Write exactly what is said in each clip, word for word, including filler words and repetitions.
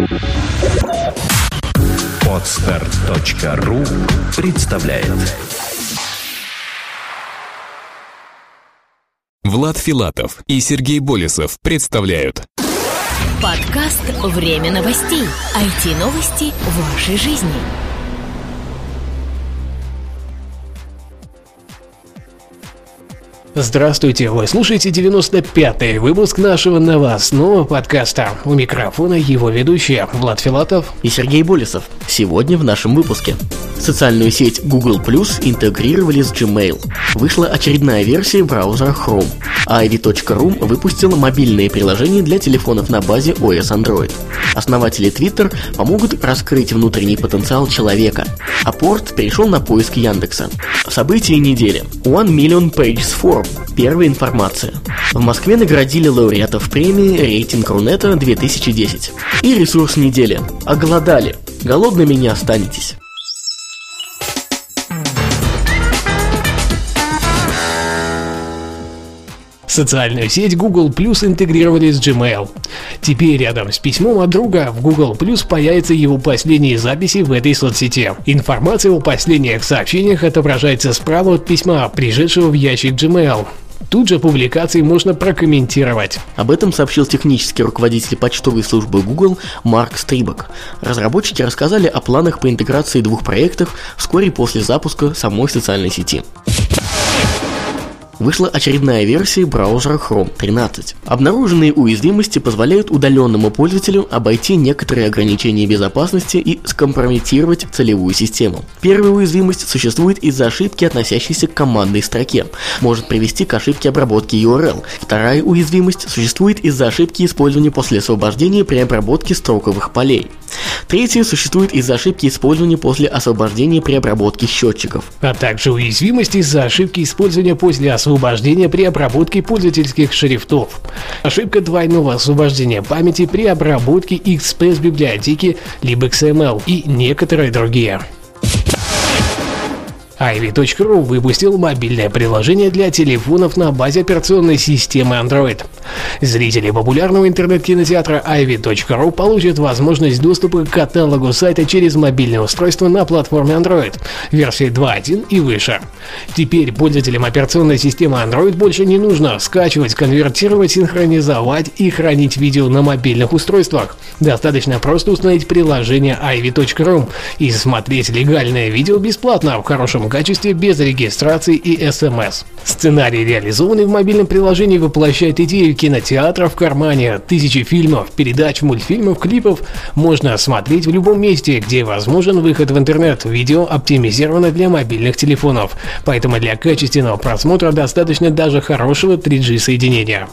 Подстер точка ру представляет. Влад Филатов и Сергей Болесов представляют подкаст «Время новостей». ай ти-новости в вашей жизни. Здравствуйте, вы слушаете девяносто пятый выпуск нашего новостного подкаста. У микрофона его ведущие Влад Филатов и Сергей Болесов. Сегодня в нашем выпуске. Социальную сеть Google Plus интегрировали с Gmail. Вышла очередная версия браузера Chrome. айви точка ру выпустила мобильные приложения для телефонов на базе о эс Android. Основатели Twitter помогут раскрыть внутренний потенциал человека. Апорт перешел на поиск Яндекса. События недели. One Million Pages Forum. Первая информация. В Москве наградили лауреатов премии «Рейтинг Рунета две тысячи десять». И ресурс недели. Оголодали. Голодными не останетесь. Социальную сеть Google Plus интегрировали с Gmail. Теперь рядом с письмом от друга в Google Plus появятся его последние записи в этой соцсети. Информация о последних сообщениях отображается справа от письма, пришедшего в ящик Gmail. Тут же публикации можно прокомментировать. Об этом сообщил технический руководитель почтовой службы Google Марк Стрибак. Разработчики рассказали о планах по интеграции двух проектов вскоре после запуска самой социальной сети. Вышла очередная версия браузера Chrome тринадцать. Обнаруженные уязвимости позволяют удаленному пользователю обойти некоторые ограничения безопасности и скомпрометировать целевую систему. Первая уязвимость существует из-за ошибки, относящейся к командной строке. Может привести к ошибке обработки ю ар эл. Вторая уязвимость существует из-за ошибки использования после освобождения при обработке строковых полей. Третья существует из-за ошибки использования после освобождения при обработке счетчиков. А также уязвимость из-за ошибки использования после освобождения при обработке пользовательских шрифтов. Ошибка двойного освобождения памяти при обработке икс пи эс библиотеки либо икс эм эл и некоторые другие. айви точка ру выпустил мобильное приложение для телефонов на базе операционной системы Android. Зрители популярного интернет-кинотеатра айви точка ру получат возможность доступа к каталогу сайта через мобильное устройство на платформе Android, версии два точка один и выше. Теперь пользователям операционной системы Android больше не нужно скачивать, конвертировать, синхронизовать и хранить видео на мобильных устройствах. Достаточно просто установить приложение айви точка ру и смотреть легальное видео бесплатно в хорошем качестве без регистрации и эс эм эс. Сценарий, реализованный в мобильном приложении, воплощает идею кинотеатра в кармане. Тысячи фильмов, передач, мультфильмов, клипов можно смотреть в любом месте, где возможен выход в интернет. Видео оптимизировано для мобильных телефонов, поэтому для качественного просмотра достаточно даже хорошего три джи соединения.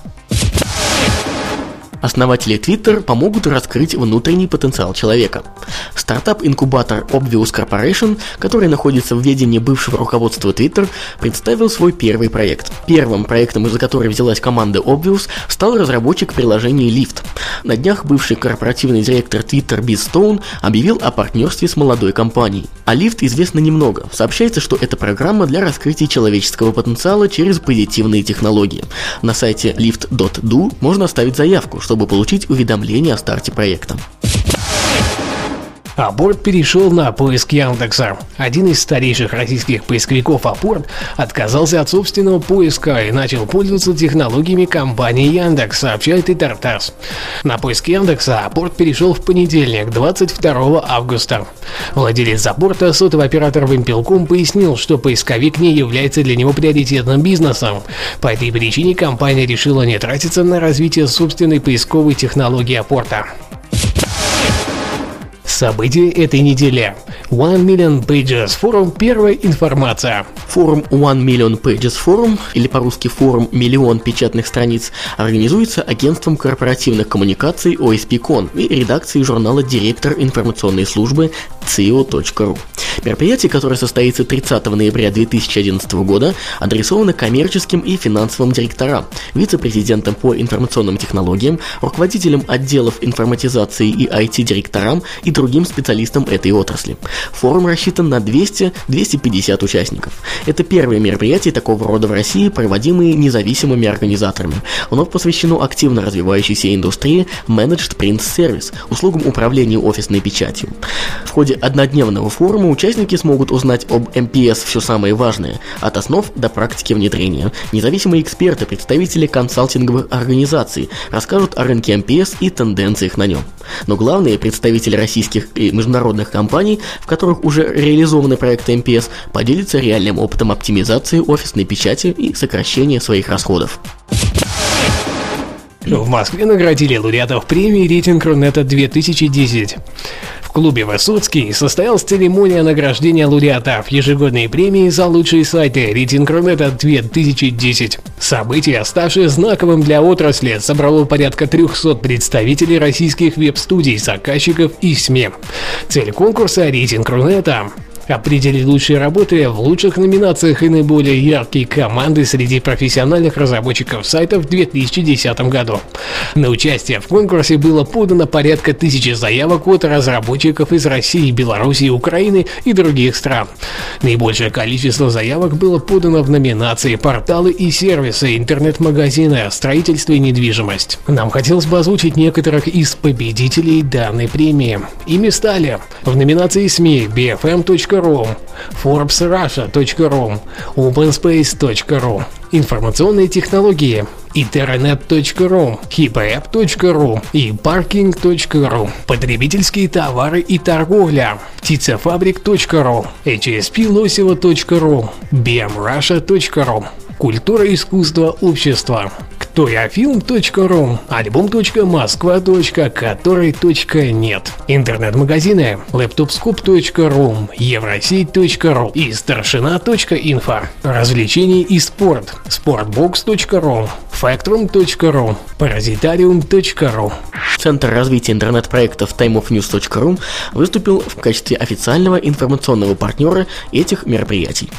Основатели Twitter помогут раскрыть внутренний потенциал человека. Стартап-инкубатор Obvious Corporation, который находится в ведении бывшего руководства Twitter, представил свой первый проект. Первым проектом, из-за которого взялась команда Obvious, стал разработчик приложения Lyft. На днях бывший корпоративный директор Twitter Biz Stone объявил о партнерстве с молодой компанией. О Lyft известно немного. Сообщается, что это программа для раскрытия человеческого потенциала через позитивные технологии. На сайте lyft точка ду можно оставить заявку, чтобы получить уведомление о старте проекта. Апорт перешел на поиск Яндекса. Один из старейших российских поисковиков Апорт отказался от собственного поиска и начал пользоваться технологиями компании Яндекс, сообщает и Тартас. На поиск Яндекса Апорт перешел в понедельник, двадцать второго августа. Владелец Апорта, сотовый оператор Вимпелком, пояснил, что поисковик не является для него приоритетным бизнесом. По этой причине компания решила не тратиться на развитие собственной поисковой технологии Апорта. События этой недели. One Million Pages Forum. Первая информация. Форум One Million Pages Forum, или по-русски форум «Миллион печатных страниц», организуется агентством корпоративных коммуникаций о эс пи кон и редакцией журнала «Директор информационной службы» си и о точка ру. Мероприятие, которое состоится тридцатого ноября две тысячи одиннадцатого года, адресовано коммерческим и финансовым директорам, вице-президентам по информационным технологиям, руководителям отделов информатизации и ай ти-директорам и другим специалистам этой отрасли. Форум рассчитан на двести - двести пятьдесят участников. Это первое мероприятие такого рода в России, проводимые независимыми организаторами. Оно посвящено активно развивающейся индустрии Managed Print Service, услугам управления офисной печатью. В ходе однодневного форума участники смогут узнать об эм пи эс все самое важное, от основ до практики внедрения. Независимые эксперты, представители консалтинговых организаций расскажут о рынке эм пи эс и тенденциях на нем. Но главные представители российских и международных компаний, в которых уже реализованы проекты эм пи эс, поделятся реальным опытом оптимизации офисной печати и сокращения своих расходов. В Москве наградили лауреатов премии «Рейтинг Рунета две тысячи десять». В клубе Высоцкий состоялась церемония награждения лауреатов ежегодной премии за лучшие сайты «Рейтинг Рунета две тысячи десять». Событие, ставшее знаковым для отрасли, собрало порядка трехсот представителей российских веб-студий, заказчиков и СМИ. Цель конкурса «Рейтинг Рунета» определить лучшие работы в лучших номинациях и наиболее яркие команды среди профессиональных разработчиков сайтов в две тысячи десятом году. На участие в конкурсе было подано порядка тысячи заявок от разработчиков из России, Белоруссии, Украины и других стран. Наибольшее количество заявок было подано в номинации «Порталы и сервисы», «Интернет-магазины», «Строительство и недвижимость». Нам хотелось бы озвучить некоторых из победителей данной премии. Ими стали в номинации СМИ би эф эм точка ру, форбс раша точка ру, опенспейс точка ру, информационные технологии, интернет точка ру, хипэп точка ру и паркинг точка ру, потребительские товары и торговля, птицефабрик точка ру, эйч эс пи лосево точка ру, би эм раша точка ру, культура, искусство, общество, ктояфилм точка ру, альбом точка москва точка который точка нет, интернет-магазины, лэптопскоп точка ру, евросеть точка ру и старшина точка инфо, развлечения и спорт, спортбокс точка ру, фактрум точка ру, паразитариум точка ру. Центр развития интернет-проектов таймофньюз точка ру выступил в качестве официального информационного партнера этих мероприятий.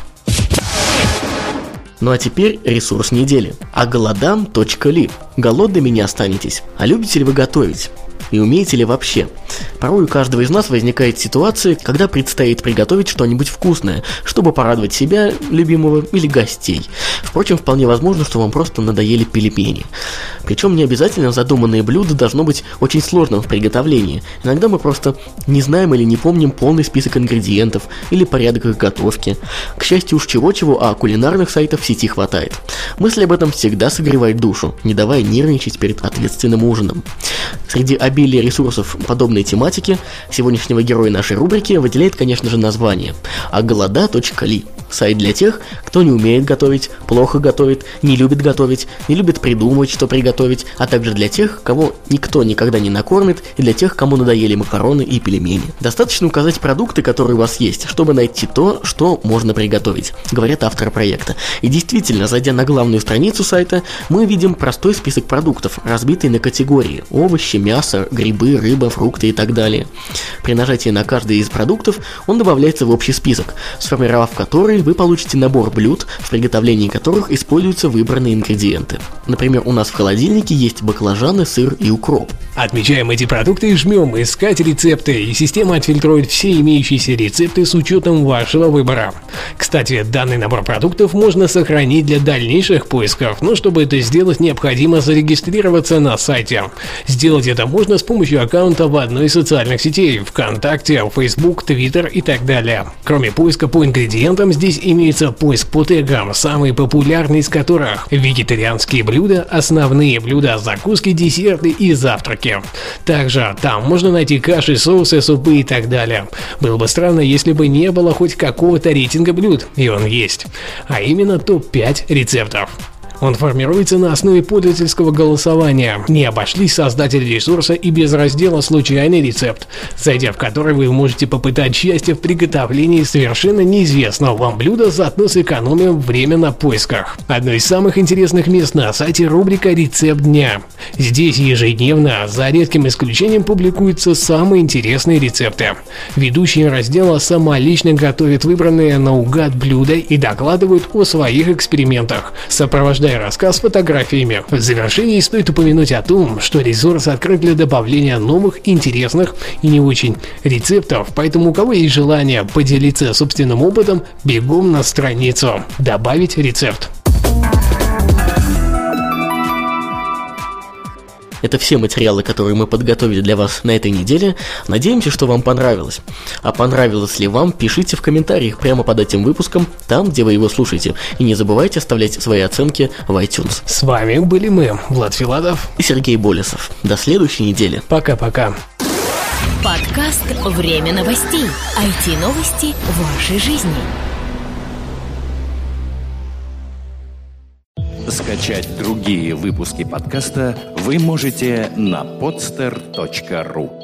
Ну а теперь ресурс недели. аголодам точка ли. Голодными не останетесь. А любите ли вы готовить? И умеете ли вообще? Порой у каждого из нас возникает ситуация, когда предстоит приготовить что-нибудь вкусное, чтобы порадовать себя, любимого или гостей. Впрочем, вполне возможно, что вам просто надоели пельмени. Причем не обязательно задуманное блюдо должно быть очень сложным в приготовлении. Иногда мы просто не знаем или не помним полный список ингредиентов или порядок их готовки. К счастью, уж чего-чего, а кулинарных сайтов в сети хватает. Мысль об этом всегда согревает душу, не давая нервничать перед ответственным ужином. Среди обилия ресурсов подобной тематики сегодняшнего героя нашей рубрики выделяет, конечно же, название аголода точка ли. Сайт для тех, кто не умеет готовить, плохо готовит, не любит готовить, не любит придумывать, что приготовить, а также для тех, кого никто никогда не накормит, и для тех, кому надоели макароны и пельмени. Достаточно указать продукты, которые у вас есть, чтобы найти то, что можно приготовить, говорят авторы проекта. И действительно, зайдя на главную страницу сайта, мы видим простой список продуктов, разбитый на категории: овощи, мясо, грибы, рыба, фрукты и так далее. При нажатии на каждый из продуктов он добавляется в общий список, сформировав который вы получите набор блюд, в приготовлении которых используются выбранные ингредиенты. Например, у нас в холодильнике есть баклажаны, сыр и укроп. Отмечаем эти продукты и жмем «Искать рецепты», и система отфильтрует все имеющиеся рецепты с учетом вашего выбора. Кстати, данный набор продуктов можно сохранить для дальнейших поисков, но чтобы это сделать, необходимо зарегистрироваться на сайте. Сделать это можно с помощью аккаунта в одной из социальных сетей: ВКонтакте, Facebook, Twitter и так далее. Кроме поиска по ингредиентам, здесь имеется поиск по тегам, самый популярный из которых – вегетарианские блюда, основные блюда, закуски, десерты и завтраки. Также там можно найти каши, соусы, супы и так далее. Было бы странно, если бы не было хоть какого-то рейтинга блюд, и он есть. А именно топ пять рецептов. Он формируется на основе пользовательского голосования. Не обошлись создатели ресурса и без раздела «Случайный рецепт», зайдя в который вы можете попытать счастье в приготовлении совершенно неизвестного вам блюда, заодно сэкономив время на поисках. Одно из самых интересных мест на сайте — рубрика «Рецепт дня». Здесь ежедневно, за редким исключением, публикуются самые интересные рецепты. Ведущие раздела самолично готовят выбранные наугад блюда и докладывают о своих экспериментах, сопровождая рассказ фотографиями. В завершении стоит упомянуть о том, что ресурс открыт для добавления новых, интересных и не очень рецептов, поэтому у кого есть желание поделиться собственным опытом, бегом на страницу «Добавить рецепт». Это все материалы, которые мы подготовили для вас на этой неделе. Надеемся, что вам понравилось. А понравилось ли вам, пишите в комментариях прямо под этим выпуском, там, где вы его слушаете. И не забывайте оставлять свои оценки в iTunes. С вами были мы, Влад Филатов и Сергей Болесов. До следующей недели. Пока-пока. Подкаст «Время новостей». ай ти-новости вашей жизни. Скачать другие выпуски подкаста вы можете на podster точка ру.